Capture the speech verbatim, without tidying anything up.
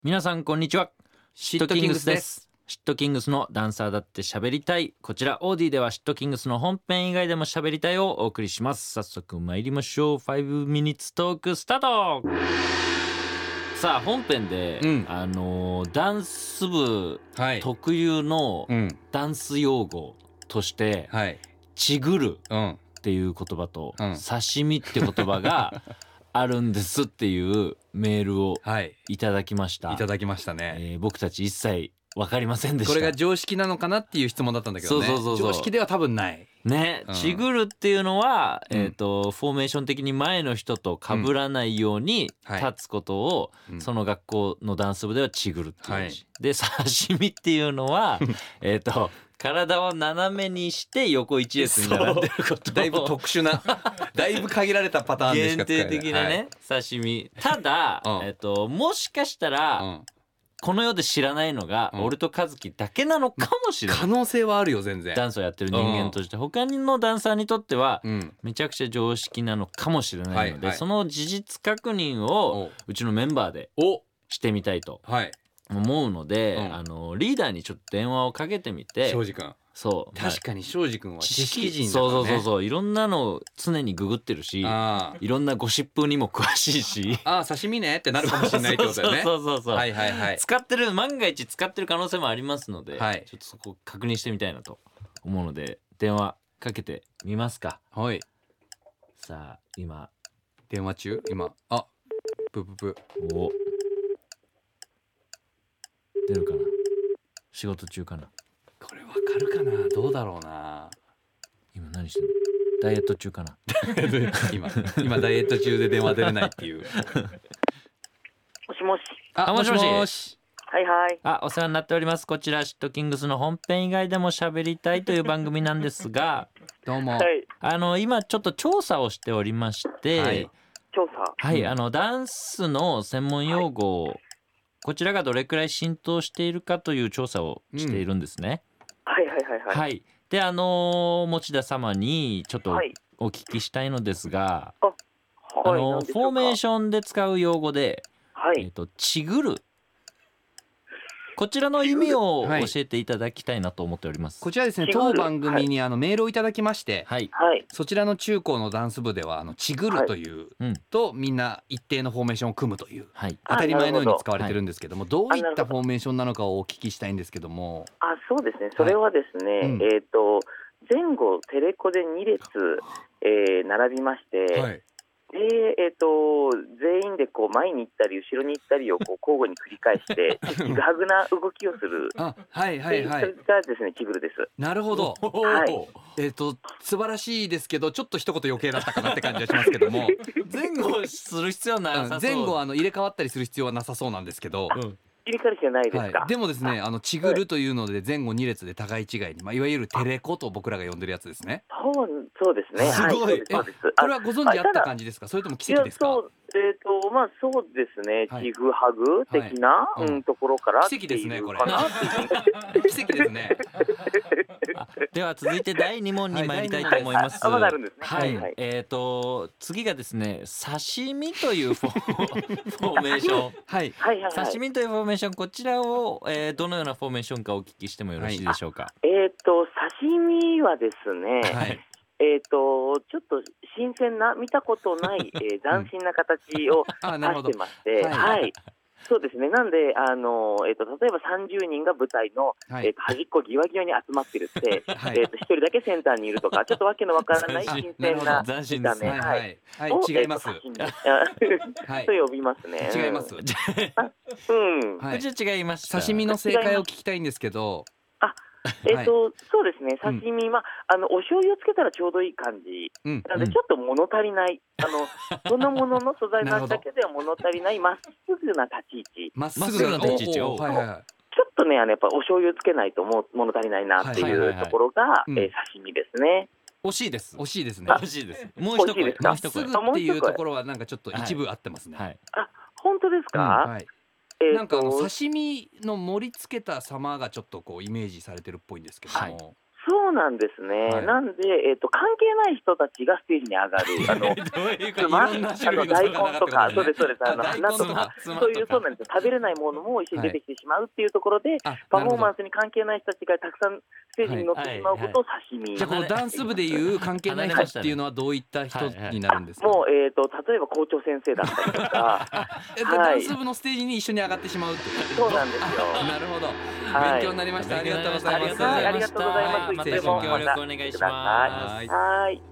皆さんこんにちは。シットキングスです。シットキングスのダンサーだって喋りたい、こちらオーディではシットキングスの本編以外でも喋りたいをお送りします。早速参りましょう。ファイブミニッツトークスタート。さあ本編で、うん、あのー、ダンス部特有のダンス用語として、はい、チグルっていう言葉と、うん、刺身って言葉があるんですっていうメールをいただきました、 はい、いただきましたね、 えー、僕たち一切分かりませんでした。 これが常識なのかなっていう質問だったんだけどね。そうそうそうそう、常識では多分ないね、うん、チグルっていうのは、えーとうん、フォーメーション的に前の人と被らないように立つことを、うんはい、その学校のダンス部ではチグルっていう、はい、で刺身っていうのはえっと体を斜めにして横一列に並んでることだいぶ特殊なだいぶ限られたパターンでしか使えない限定的なね、はい、刺身。ただ、うん、えっと、もしかしたら、うん、この世で知らないのが、うん、俺と和樹だけなのかもしれない。 可能性はあるよ全然。 ダンスをやってる人間として、うん、他のダンサーにとっては、うん、めちゃくちゃ常識なのかもしれないので、はいはい、その事実確認をうちのメンバーでしてみたいと思うので、はい、あのリーダーにちょっと電話をかけてみて。 庄司君。 そう、 確かに庄司君は知識人だからね。 そうそうそうそう、いろんなの常にググってるし、あいろんなゴシップにも詳しいし、 ああ刺身ねってなるかもしれないってことだよね。 そうそうそうそう、 はいはいはい、 使ってる、万が一使ってる可能性もありますので、はい、ちょっとそこ確認してみたいなと思うので電話かけてみますか。 はい。 さあ今電話中。今あプププお出るかな、仕事中かな。 これわかるかな、どうだろうな。 今何してんの、ダイエット中かな今今ダイエット中で電話出れないっていうもしもし。 あ、もしもし。もしはいはい。 あ、お世話になっております。こちらシットキングスの本編以外でも喋りたいという番組なんですがどうも、はい、 あの今ちょっと調査をしておりまして、はい、 調査、 はい、あのダンスの専門用語、はい、こちらがどれくらい浸透しているかという調査をしているんですね、 うん、はいはいはいはい、 はい、であのー、持田様にちょっとお聞きしたいのですが、はい、あ、あのー、フォーメーションで使う用語で、はい、えーと、チグル、こちらの意味を教えていただきたいなと思っております、 はい、こちらですね、当番組にあのメールをいただきまして、はい、そちらの中高のダンス部ではあのチグルという、はい、とみんな一定のフォーメーションを組むという、はい、当たり前のように使われてるんですけども、どういったフォーメーションなのかをお聞きしたいんですけども。 あ、そうですね、それはですね、はい、うん、えーと前後テレコでに列、えー、並びまして、はい、でえー、と全員でこう前に行ったり後ろに行ったりをこう交互に繰り返してちぐはぐな動きをするあ、はいはいはい、 それがですねチグルです。 なるほど、はい、えー、と素晴らしいですけどちょっと一言余計だったかなって感じがしますけども前後する必要はなさそう、 前後あの入れ替わったりする必要はなさそうなんですけど、うん、 入れ替わる必要ないですか、 はい、でもですね、あのチグルというので前後に列で互い違いに、まあ、いわゆるテレコと僕らが呼んでるやつですね。 そう、そうですね。 すごい、はい、えこれはご存知あった感じですか、それとも奇跡ですか。 そう、えーとまあ、そうですね、はい、チグハグ的な、はい、うん、ところから奇跡ですねこれ奇跡ですねでは続いてだいに問に参りたいと思います。 はい、あ、まだあるんですね。 はい、はい、えーと次がですね、刺身というフォーメーションはい、はいはいはい、刺身というフォーメーション、こちらを、えー、どのようなフォーメーションかお聞きしてもよろしいでしょうか。 はい、えーと刺身はですね、はい、えーとちょっと新鮮な見たことない、えー、斬新な形を出してまして、はい、はい、そうですね。なんであの、えー、と例えばさんじゅうにんが舞台の、はい、えー、と端っこぎわぎわに集まってるって、はい、えー、とひとりだけセンターにいるとかちょっとわけのわからない新鮮な見た目、はいはいはい、違います、 はい、と呼びますね。 違います、 うん、 はい、じゃ違いました。 刺身の正解を聞きたいんですけど、 あ、えーとはい、そうですね、刺身、うん、まあ、あのお醤油をつけたらちょうどいい感じ、うん、なのでちょっと物足りない、あのそのものの素材の味だけでは物足りないまっすぐな立ち位置、 まっすぐな立ち位置を、はいはいはい、 ちょっとね、あのやっぱお醤油つけないとも物足りないなっていうところが刺身ですね。 惜しいです。 惜しいですね。 惜しいです。もう一声。 まっすぐっていうところはなんかちょっと一部合ってますね。はいはい、 あ、本当ですか。うん、はい、 なんかあの刺身の盛り付けた様がちょっとこうイメージされてるっぽいんですけども、はい、 そうそうなんですね、はい、なんで、えーと、関係ない人たちがステージに上がるあの大根とかそうですそうですあの花とかそういうそうなんです食べれないものも一緒に出てきてしまうっていうところで、はい、パフォーマンスに関係ない人たちがたくさんステージに乗ってしまうことを刺身、 じゃあこのダンス部でいう関係ない人っていうのはどういった人になるんですか？ もう、えーと、例えば校長先生だったりとかダンス部のステージに一緒に上がってしまうってことそうなんですよなるほど、勉強になりました、ありがとうございます。 ありがとうございます。 またご協力お願いします。 はい。